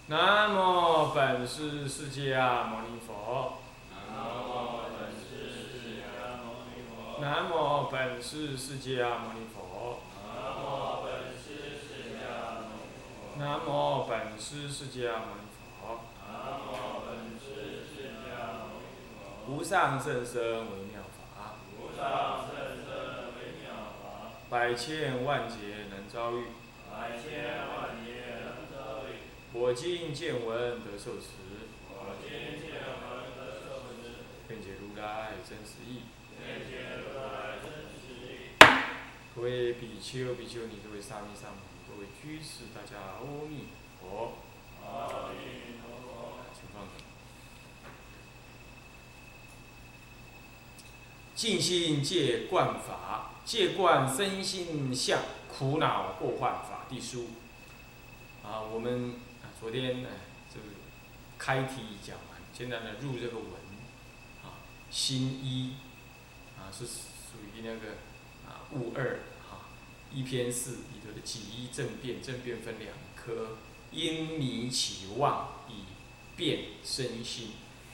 南无本师释迦牟尼佛。南无本师释迦牟尼佛。南无本师释迦牟尼佛。无上甚深微妙法。百千万劫难遭遇。我今见闻得受持。愿解如来真实义。各位比丘、比丘尼，各位沙弥、沙弥尼，各位居士，大家阿弥陀佛。阿弥陀佛。请放下。静心戒观法，戒观身心相，苦恼过患法地书。我们昨天这个开题讲完，现在呢入这个文，心一是属于那个物二一篇四里头的己一正变，正变分两科，因迷起妄以变身心。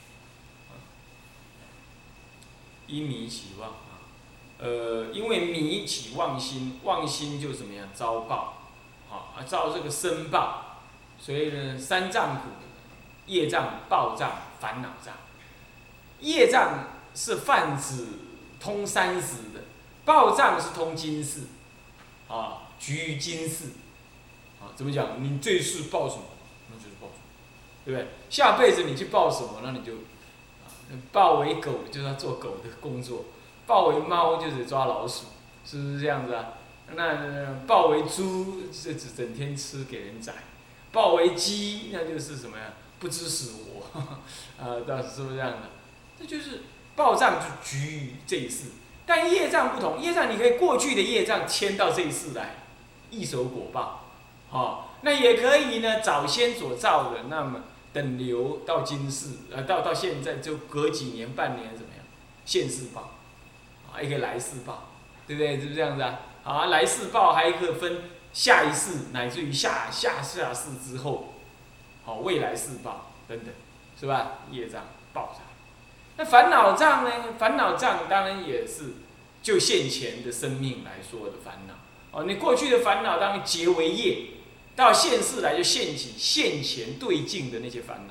因迷起妄因为迷起妄心，妄心就怎么样遭报，遭这个身报，所以呢三障苦，业障、报障、烦恼障。业障是泛指通30的，报障是通今世，居于今世，怎么讲？你这世报什么，那就是报什么，对不对？下辈子你去报什么，那你就。报为狗就是要做狗的工作，报为猫就是抓老鼠，是不是这样子啊？那报为猪是指整天吃给人宰，报为鸡那就是什么呀？不知死活，是不是这样的？这就是报障就局于这一世，但业障不同，业障你可以过去的业障迁到这一世来，一手果报，那也可以呢，早先所造的那么。等流到今世，到现在就隔几年、半年怎么样？现世报，也可以来世报，对不对？是不是这样子啊？来世报还可以分下一世，乃至于下世之后，未来世报等等，是吧？业障、报障。那烦恼障呢？烦恼障当然也是就现前的生命来说的烦恼。你过去的烦恼当然结为业。到现世来就现起现前对境的那些烦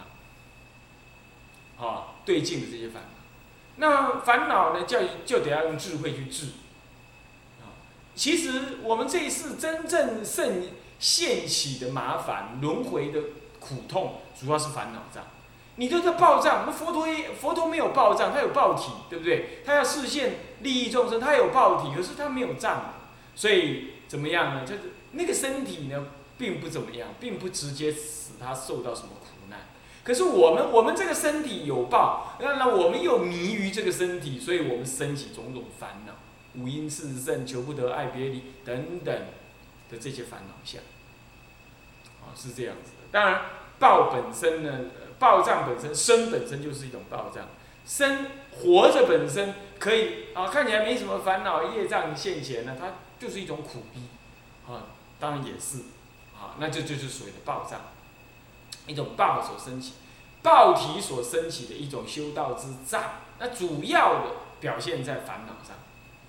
恼，对境的这些烦恼，那烦恼呢，就得要用智慧去治，其实我们这一世真正现起的麻烦、轮回的苦痛，主要是烦恼障。你都在报障，那佛陀没有报障，他有报体，对不对？他要示现利益众生，他有报体，可是他没有障，所以怎么样呢？就是那个身体呢？并不怎么样，并不直接使他受到什么苦难。可是我们这个身体有报，那我们又迷于这个身体，所以我们生起种种烦恼，五阴炽盛、求不得、爱别离等等的这些烦恼相，是这样子的。当然，报本身呢，报障本身，身本身就是一种报障，身活着本身可以看起来没什么烦恼，业障现前呢，它就是一种苦逼，当然也是。那就是所谓的报障，一种报所升起，报体所升起的一种修道之障。那主要的表现在烦恼上，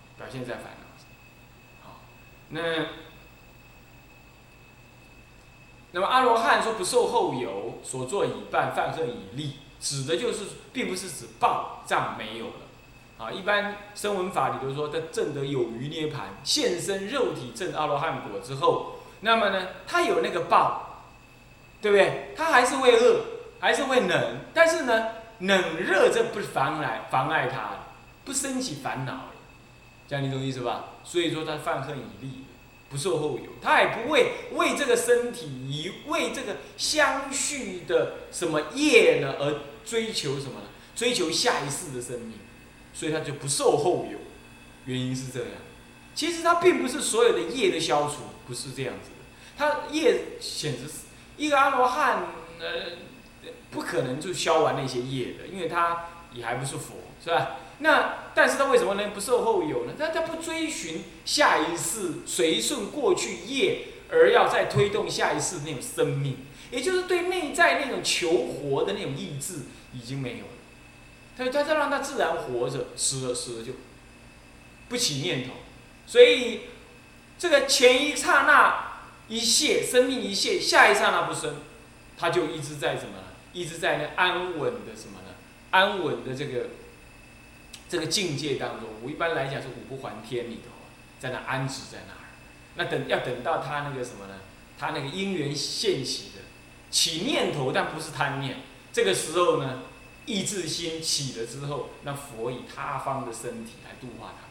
那么阿罗汉说不受后有，所作已办，犯恨已立，指的就是并不是指报障没有了。一般声闻法里头说，他证得有余涅盘，现身肉体证阿罗汉果之后。那么呢，他有那个报，对不对？他还是会饿，还是会冷，但是呢，冷热这不妨碍他，不升起烦恼了，这样你懂意思吧？所以说他犯恨已立，不受后有，他也不会为这个身体，为这个相续的什么业呢而追求什么呢？追求下一世的生命，所以他就不受后有，原因是这样。其实他并不是所有的业的消除，不是这样子。他业显然是一个阿罗汉，不可能就消完那些业的，因为他也还不是佛，是吧？但是他为什么能不受后有呢？他不追寻下一世，随顺过去业，而要再推动下一世那种生命。 也就是对内在那种求活的那种意志已经没有了。他就让它自然活着，死了就不起念头。所以这个前一刹那一泄，生命一泄，下一刹那不生，他就一直在什么？一直在那安稳的什么呢？安稳的这个境界当中，我一般来讲是五不还天里头，在那安置在那儿。那要等到他那个什么呢？他那个因缘现起的起念头，但不是贪念。这个时候呢，意志心起了之后，那佛以他方的身体来度化他们。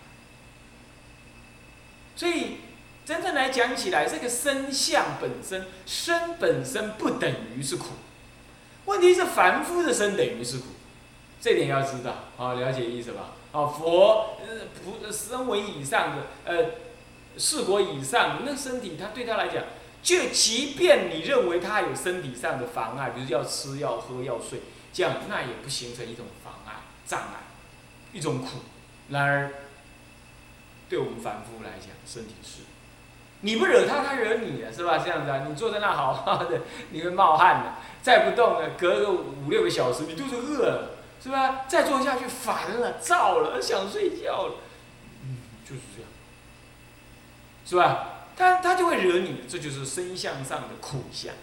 所以真正来讲起来，这个身相本身，身本身不等于是苦。问题是凡夫的身等于是苦，这点要知道啊，了解意思吧？啊，佛身为以上的4果以上，那身体他对他来讲，就即便你认为他有身体上的妨碍，比如要吃要喝要睡，这样那也不形成一种妨碍障碍，一种苦。然而，对我们凡夫来讲，身体是。你不惹他，他惹你了，是吧？这样子啊，你坐在那好好的，你会冒汗的，再不动了，隔个5、6个小时，你肚子饿了，是吧？再坐下去烦了、燥了，想睡觉了，就是这样，是吧？他就会惹你，这就是身相上的苦相。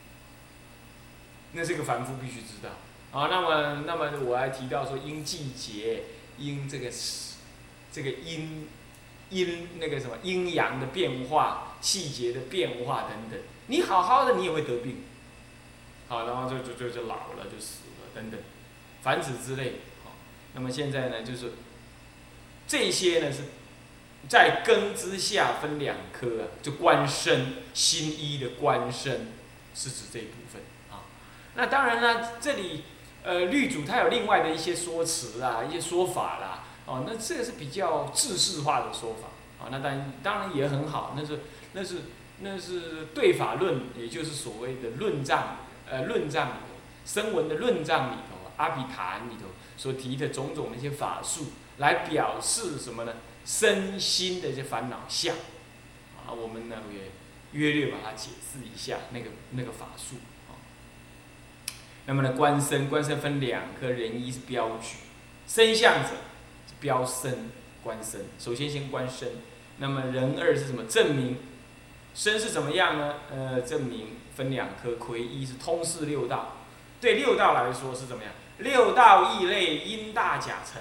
那这个凡夫必须知道啊。那么我还提到说，因季节，因这个因那个什么阴阳的变化、气节的变化等等，你好好的你也会得病，好，然后就老了就死了等等，凡此之类。好，那么现在呢，就是这些呢是在根之下分2科啊，就观身心一的观身是指这一部分啊。那当然了，这里律主他有另外的一些说辞啦、一些说法啦。哦，那这个是比较制式化的说法，啊，那当然也很好，那是对法论，也就是所谓的论藏里头，声闻的论藏里头，阿比昙里头所提的种种的一些法术，来表示什么呢？身心的一些烦恼相，啊，我们呢也约略把它解释一下那个法术，啊。那么呢，观身分2科，人一是标举，身相者。标身观身，首先观身。那么人2是什么？证明身是怎么样呢？证明分2科，魁一是通释6道。对6道来说是怎么样？6道异类，因大假成，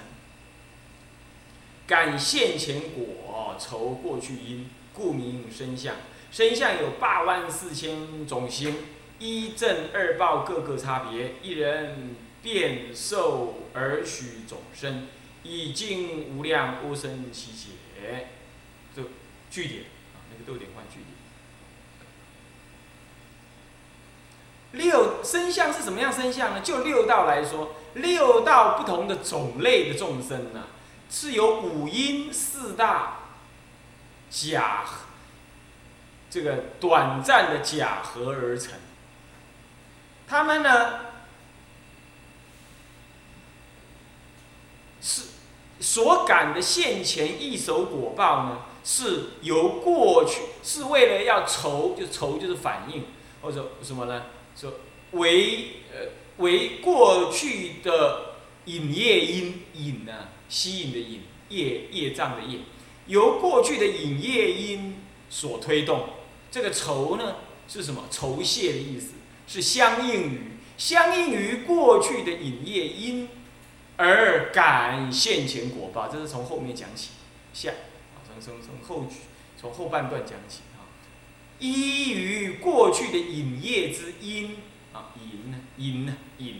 感现前果，酬过去因，故名身相。身相有84000种形，一正2报各个差别，一人变受而许种身。以尽无量阿僧祇劫，这句点啊，那个逗点换句点。身相是什么样身相呢？就6道来说，6道不同的种类的众生呢，是由5因4大这个短暂的假合而成。他们呢，是所感的现前异熟果报呢，是由过去，是为了要酬，就酬就是反应，或者什么呢？说为过去的引业因，引呢，吸引的引，业障的业，由过去的引业因所推动。这个酬呢是什么？酬谢的意思，是相应于过去的引业因。而感现前果报，这是从后面讲起，从后半段讲起啊。依于过去的引业之因啊，引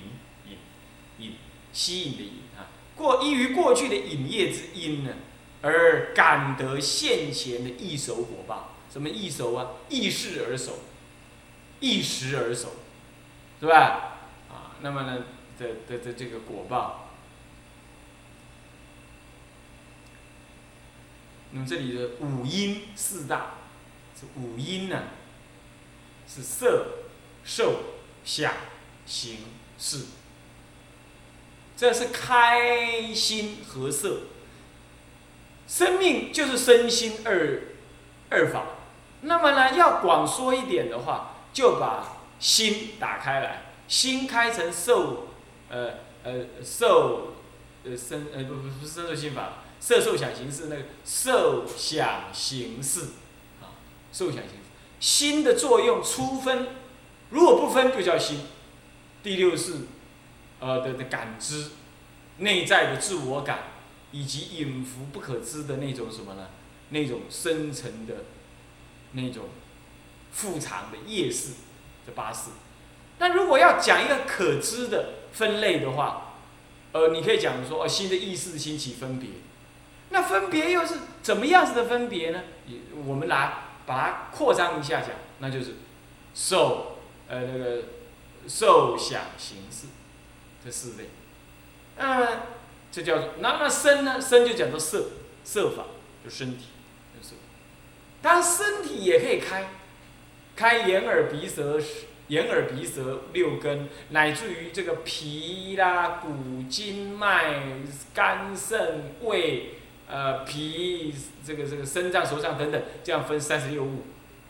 吸引的引啊，依于过去的引业之因呢，而感得现前的异熟果报。什么异熟啊？异事而熟，异时而熟，是吧？啊，那么呢的这个果报。那么这里的5因4大，是5因呢，是色、受、想、行、识。这是开心和色。生命就是身心二法。那么呢，要广说一点的话，就把心打开来，心开成受，受，不是身受心法，色受想行识那个受想行识，啊，受想行识，心的作用初分，如果不分就叫心。第六是，的感知，内在的自我感，以及隐伏不可知的那种什么呢？那种深层的，那种复藏的业识，这八识。那如果要讲一个可知的分类的话，你可以讲说，心的意识心起分别。那分别又是怎么样子的分别呢？我们来把它扩张一下讲，那就是受，那个受想行识这四类。这叫做那身呢？身就讲做色法，就身体，就是。当然身体也可以开眼耳鼻舌六根，乃至于这个脾啦、骨、经脉、肝、肾、胃、脾，这个肾脏、手脏等等，这样分36物，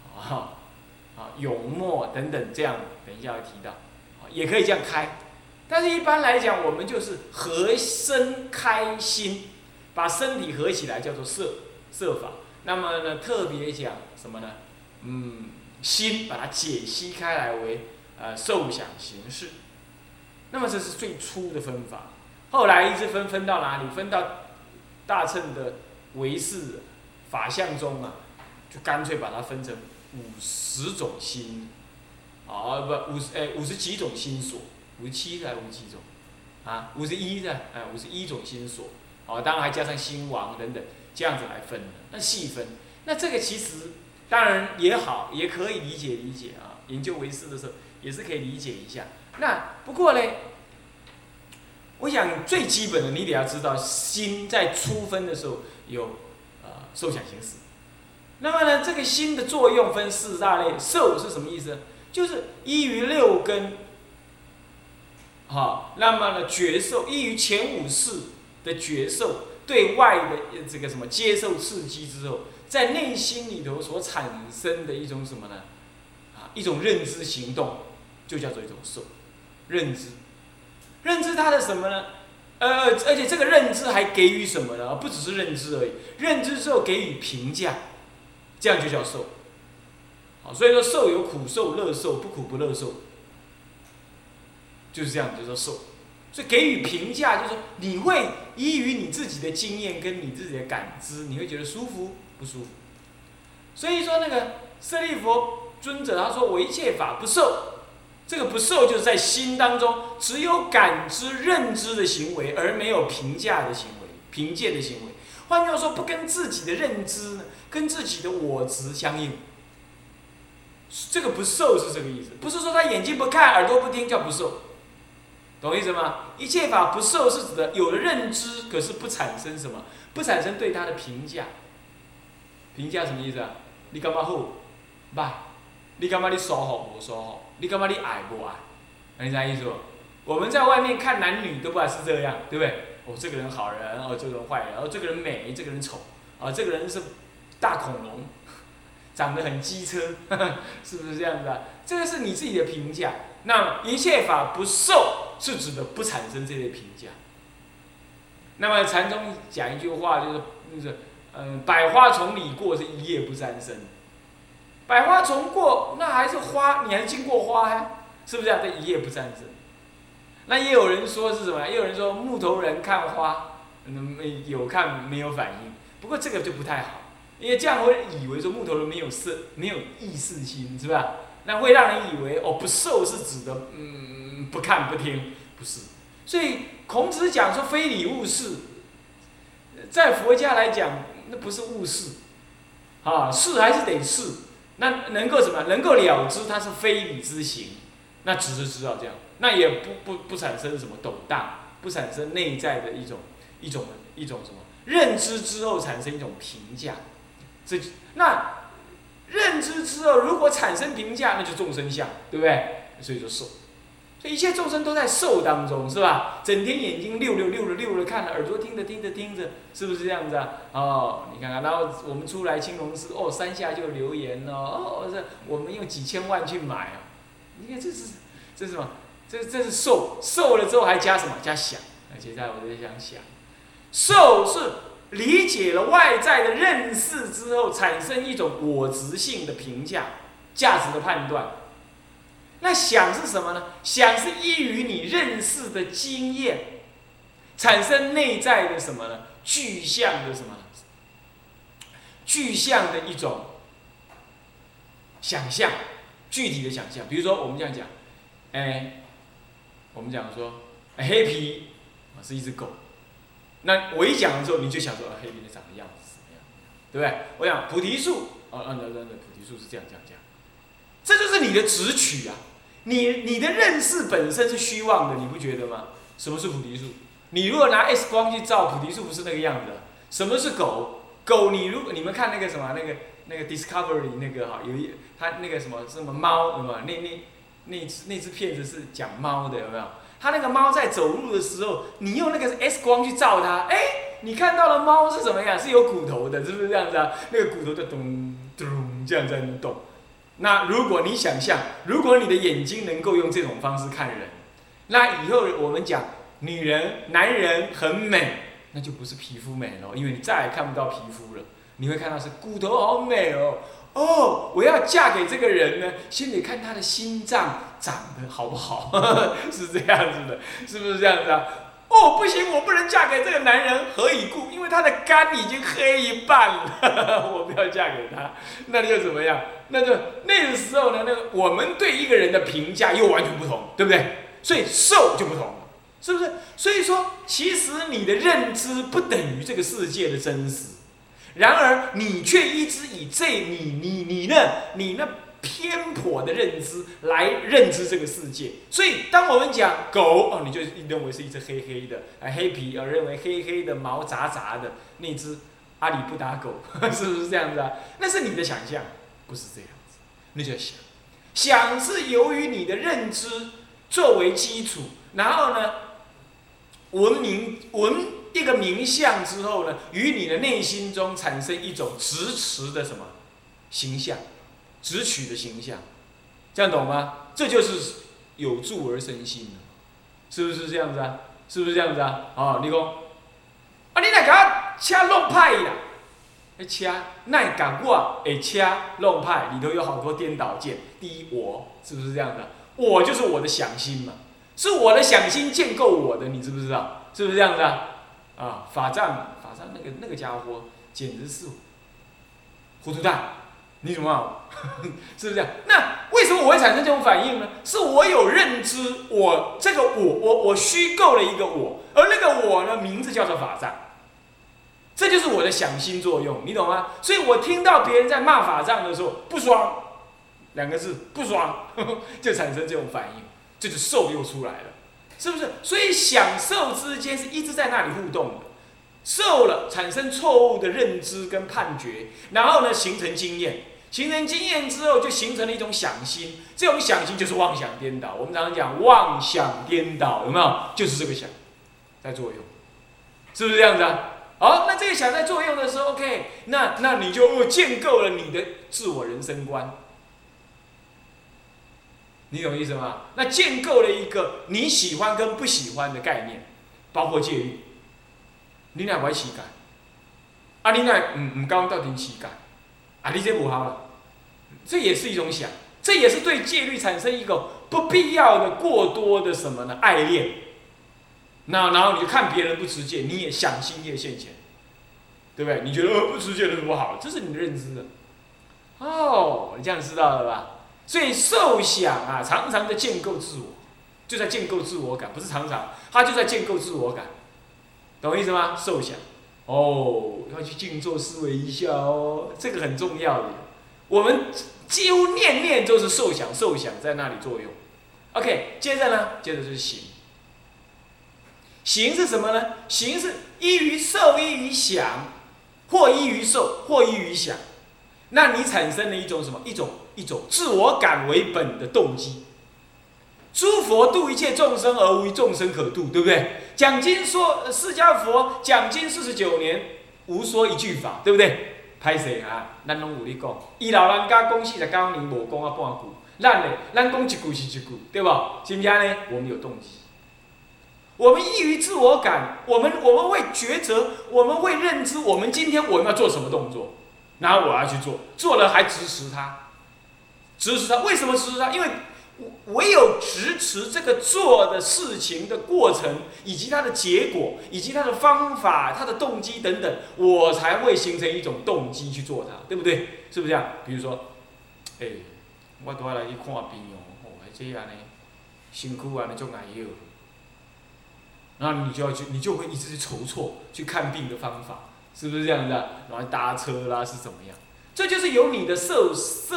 永脉等等，这样等一下会提到，也可以这样开。但是一般来讲，我们就是合身开心，把身体合起来叫做色法。那么呢，特别讲什么呢？心把它解析开来为受想行识。那么这是最初的分法。后来一直分到哪里？分到大乘的唯识法相中啊，就干脆把它分成50种心，50几种心所。57还是50几种，51的51种心所，当然还加上心王等等，这样子来分的。那细分，那这个其实当然也好，也可以理解啊。研究唯识的时候也是可以理解一下。那不过呢，我想最基本的你得要知道，心在初分的时候有受想行识。那么呢，这个心的作用分4大类，受是什么意思？就是依于6根。那么呢，觉受依于前5识的觉受，对外的这个什么接受刺激之后，在内心里头所产生的一种什么呢？一种认知行动，就叫做一种受，认知。认知它的什么呢？而且这个认知还给予什么呢？不只是认知而已，认知之后给予评价，这样就叫受。所以说受有苦受、乐受、不苦不乐受。就是这样，就说受，所以给予评价，就是说你会依于你自己的经验跟你自己的感知，你会觉得舒服不舒服。所以说那个舍利弗尊者他说我一切法不受，这个不受就是在心当中只有感知认知的行为，而没有评价的行为、凭借的行为。换句话说，不跟自己的认知呢，跟自己的我执相应。这个不受是这个意思，不是说他眼睛不看、耳朵不听叫不受。懂意思吗？一切法不受是指的有了认知，可是不产生什么？不产生对他的评价。评价什么意思啊？你干嘛好？歹？你干嘛你舒服不舒服？你干嘛你爱不爱？你知道意思不？我们在外面看男女都不是这样，对不对？这个人好人，这个人坏人，这个人美，这个人丑，这个人是大恐龙，长得很机车，是不是这样子啊？这个是你自己的评价。那一切法不受是指的不产生这类评价。那么禅宗讲一句话，就是百花丛里过是一叶不沾身。百花丛过，那还是花，你还经过花呀，是不是这样？这一叶不沾身。那也有人说是什么？也有人说木头人看花，有看没有反应。不过这个就不太好，因为这样会以为说木头人没有意识心，是吧？那会让人以为不受是指的不看不听，不是。所以孔子讲说非礼勿视，在佛家来讲那不是勿视，视还是得视。那能够什么？能够了知它是非礼之行，那只是知道这样，那也不产生什么抖荡，不产生内在的一种什么认知之后产生一种评价，那。认知之后，如果产生评价，那就众生相，对不对？所以就受，所以一切众生都在受当中，是吧？整天眼睛溜了看了，耳朵听着，是不是这样子啊？你看看，然后我们出来青龙寺，3下就留言这我们用几千万去买你看这是什么？这是受，受了之后还加什么？加想。接下来我在想，受是理解了外在的认识之后，产生一种我执性的评价、价值的判断。那想是什么呢？想是依于你认识的经验，产生内在的什么呢？具象的什么？具象的一种想象，具体的想象。比如说我们这样讲，我们讲说，黑皮是一只狗。那我一讲的时候，你就想说，黑皮的长的样子是什么样，对不对？我讲菩提树，菩提树是这样。这就是你的直取啊！你的认识本身是虚妄的，你不觉得吗？什么是菩提树？你如果拿 X 光去照，菩提树不是那个样子的。什么是狗？狗你们看那个什么那个 Discovery 那个它那个什么猫有没有？那只片子是讲猫的有没有？它那个猫在走路的时候，你用那个 X 光去照它，你看到的猫是怎么样？是有骨头的，是不是这样子啊？那个骨头就咚咚这样在那动。那如果你想象，如果你的眼睛能够用这种方式看人，那以后我们讲女人、男人很美，那就不是皮肤美了，因为你再也看不到皮肤了，你会看到是骨头好美哦。我要嫁给这个人呢，先得看他的心脏长得好不好，是这样子的，是不是这样子啊？不行，我不能嫁给这个男人，何以故？因为他的肝已经黑一半了，我不要嫁给他。那就怎么样？那个时候呢，我们对一个人的评价又完全不同，对不对？所以受就不同了，是不是？所以说，其实你的认知不等于这个世界的真实，然而你却一直以你那偏颇的认知来认知这个世界。所以当我们讲狗你就认为是一只黑黑的黑皮，认为黑黑的毛杂杂的那只阿里不达狗，是不是这样子啊？那是你的想象，不是这样子。那就想是由于你的认知作为基础，然后呢闻一个名相之后呢，于你的内心中产生一种直持的什么形象，直取的形象，这样懂吗？这就是有助而生心，是不是这样子啊？是不是这样子啊？你说，你哪甲车弄歹啦？车哪甲我的车弄歹？里头有好多颠倒键。第一，我是不是这样的？我就是我的想心嘛，是我的想心建构我的，你知不知道？是不是这样子啊？法藏那个家伙简直是糊涂蛋。你怎么好？是不是这样？那为什么我会产生这种反应呢？是我有认知，我虚构了一个我，而那个我呢，名字叫做法藏，这就是我的想心作用，你懂吗？所以我听到别人在骂法藏的时候，不爽，两个字不爽，就产生这种反应，这就受又出来了，是不是？所以享受之间是一直在那里互动的。受了产生错误的认知跟判决，然后呢形成经验，形成经验之后就形成了一种想心，这种想心就是妄想颠倒。我们常常讲妄想颠倒，有没有？就是这个想在作用，是不是这样子啊？那这个想在作用的时候 ，OK， 那你就建构了你的自我人生观，你懂意思吗？那建构了一个你喜欢跟不喜欢的概念，包括戒律。你哪不爱乞丐？你哪唔敢到底乞丐？你这不好了，这也是一种想，这也是对戒律产生一个不必要的过多的什么呢？爱恋。然后你就看别人不持戒，你也想心也现前，对不对？你觉得不持戒的不好，这是你的认知的。你这样知道了吧？所以受想常常在建构自我，就在建构自我感，不是常常，他就在建构自我感。懂我意思吗？受想，要去静坐思维一下这个很重要的。我们几乎念念都是受想在那里作用。OK， 接着就是行。行是什么呢？行是依于受，依于想，或依于受，或依于想。那你产生了一种什么？一种自我感为本的动机。诸佛度一切众生而无一众生可度，对不对？讲经说释迦佛讲经49年，无说一句法，对不对？歹势咱拢有咧讲，伊老人家讲49年，无讲半句。 咱讲一句是一句，对不？是不是呢？我们有动机，我们易于自我感，我们会抉择，我们会认知，我们今天我们要做什么动作，然后我要去做，做了还支持他，为什么支持他？因为唯有支持这个做的事情的过程，以及它的结果，以及它的方法、它的动机等等，我才会形成一种动机去做它，对不对？是不是这样？比如说，我拄仔来去看病哦，这安尼，身躯安尼足碍腰，然后你就会一直去筹措去看病的方法，是不是这样子啊？然后搭车啦是怎么样？这就是由你的受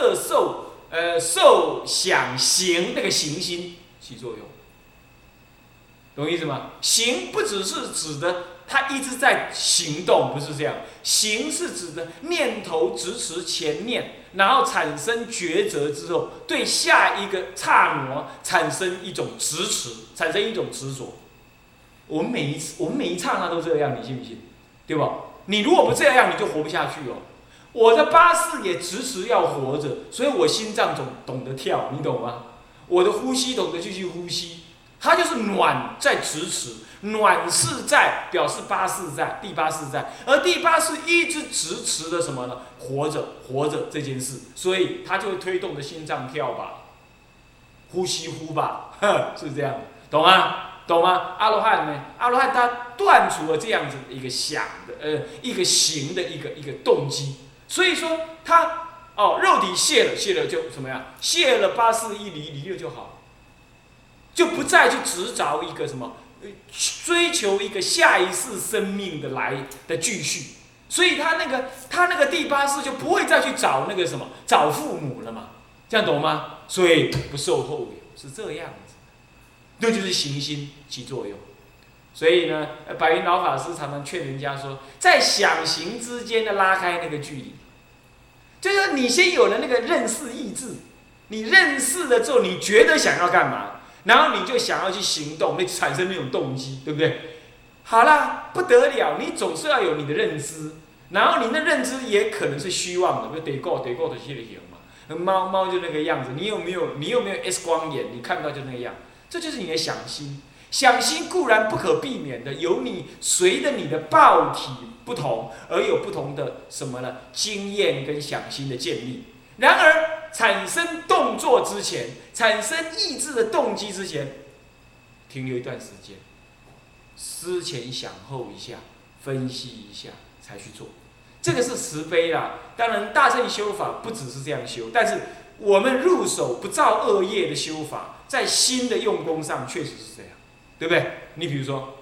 想行那个行心起作用，懂意思吗？行不只是指的他一直在行动，不是这样。行是指的念头直持前念，然后产生抉择之后，对下一个刹那产生一种执持，产生一种执着。我们每一刹那都这样，你信不信？对吧？你如果不这样，你就活不下去哦。我的巴士也迟迟要活着，所以我心脏懂得跳，你懂吗？我的呼吸懂得继续呼吸，它就是暖在迟迟，暖是在表示巴士在，第八世在，而第八世一直迟迟的什么呢？活着这件事，所以它就会推动着心脏跳吧，呼吸呼吧，是这样，懂吗？懂吗？阿罗汉呢？阿罗汉他断除了这样子一个想的一个行的一个动机。所以说他肉体卸了就怎么样？卸了八事一离了就好了，就不再去执着一个什么，追求一个下一世生命的继续。所以他那个第八世就不会再去找那个什么找父母了嘛，这样懂吗？所以不受后有是这样子，这就是行心起作用。所以呢，白云老法师常常劝人家说，在想行之间的拉开那个距离，就是你先有了那个认识意志，你认识了之后，你觉得想要干嘛，然后你就想要去行动，你产生那种动机，对不对？好啦，不得了，你总是要有你的认知，然后你的认知也可能是虚妄的，比如得过的这些形嘛，猫就那个样子，你有没有 X 光眼，你看到就那个样，这就是你的想心。想心固然不可避免的，随着你的报体不同而有不同的什么呢？经验跟想心的建立。然而产生动作之前，产生意志的动机之前，停留一段时间，思前想后一下，分析一下才去做。这个是慈悲啦。当然大乘修法不只是这样修，但是我们入手不造恶业的修法，在心的用功上确实是这样。对不对？你比如说，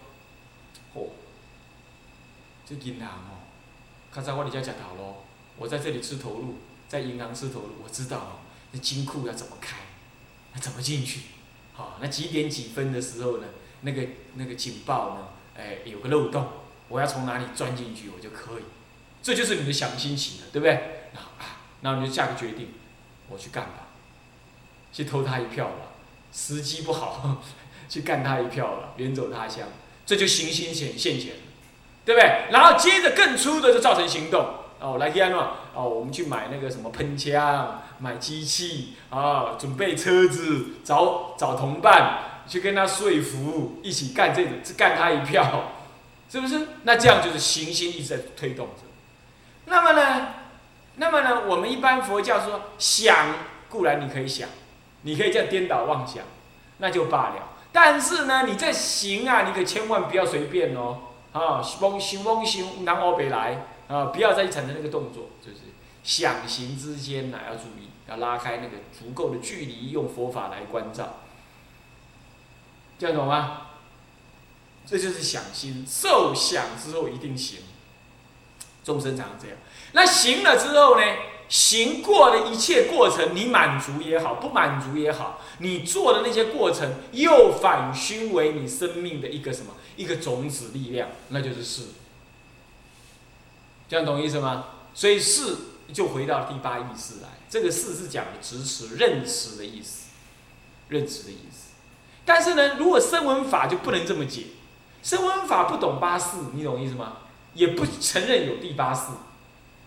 这银行刚才我在家吃头路，我在这里吃头路，在银行吃头路，我知道那金库要怎么开，那怎么进去，那几点几分的时候呢？那个警报呢？有个漏洞，我要从哪里钻进去，我就可以。这就是你的想心起了，对不对？然后你就下个决定，我去干吧，去偷他一票吧，时机不好。去干他一票了，远走他乡，这就行心现前，对不对？然后接着更粗的就造成行动来看嘛，我们去买那个什么喷枪，买机器准备车子，找同伴去跟他说服，一起干干他一票，是不是？那这样就是行心一直在推动着。那么呢，我们一般佛教说想，固然你可以想，你可以这样颠倒妄想，那就罢了。但是呢，你在行你可千万不要随便哦，想，然后别来不要再产生那个动作，就是想行之间要注意，要拉开那个足够的距离，用佛法来关照，这样懂吗？这就是想心，受想之后一定行，众生常常这样。那行了之后呢？行过的一切过程，你满足也好，不满足也好，你做的那些过程又反熏为你生命的一个什么？一个种子力量，那就是事。这样懂意思吗？所以事就回到第八意识来，这个事是讲的执持、认知的意思，认知的意思。但是呢，如果声闻法就不能这么解，声闻法不懂八事，你懂意思吗？也不承认有第八事。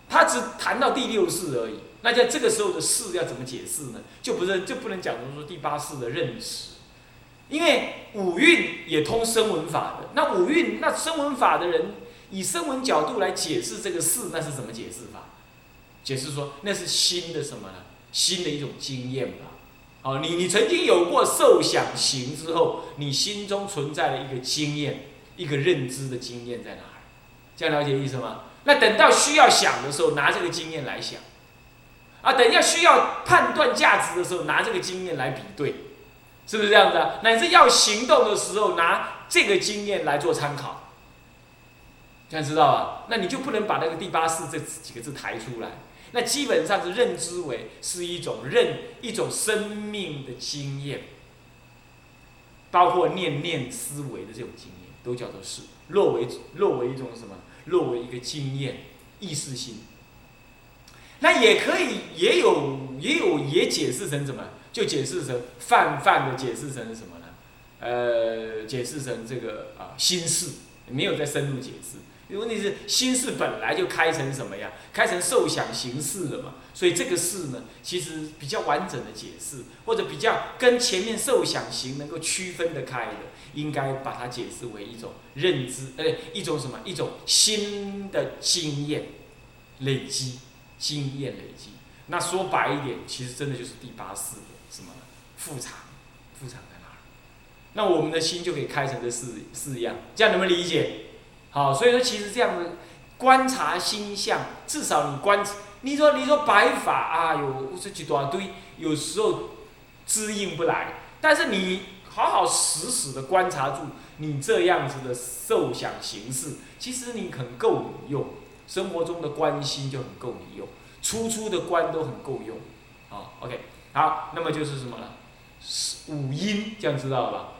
他只谈到第六识而已。那在这个时候的识要怎么解释呢？就不能讲说第八识的认识，因为五蕴也通声闻法的。那五蕴，那声闻法的人以声闻角度来解释这个识，那是怎么解释法？解释说那是心的什么呢？心的一种经验吧。哦，你曾经有过受想行之后，你心中存在了一个经验，一个认知的经验在哪儿？这样了解意思吗？那等到需要想的时候，拿这个经验来想。啊，等一下需要判断价值的时候，拿这个经验来比对，是不是这样子啊？乃至要行动的时候，拿这个经验来做参考，这样知道吧？那你就不能把那个第八识这几个字抬出来。那基本上是认知为是一种生命的经验，包括念思维的这种经验，都叫做识。若为一种什么？若为一个经验，意识心。那也可以，也解释成什么？就解释成泛的解释成什么呢？解释成这个心识，没有再深入解释。问题是心识本来就开成什么呀？开成受想行识了嘛。所以这个识呢，其实比较完整的解释，或者比较跟前面受想行能够区分得开的，应该把它解释为一种认知，一种什么？一种新的经验累积。经验累积，那说白一点，其实真的就是第八识的什么副场在哪儿？那我们的心就可以开成这四样，这样能不能理解？好，所以说其实这样的观察心相，至少你说白法啊，有这一大堆，有时候支应不来，但是你好死的观察住你这样子的受想行识，其实你很够你用。生活中的关心就很够你用，初的关都很够用，OK， 好，那么就是什么呢？五阴，这样知道了吧？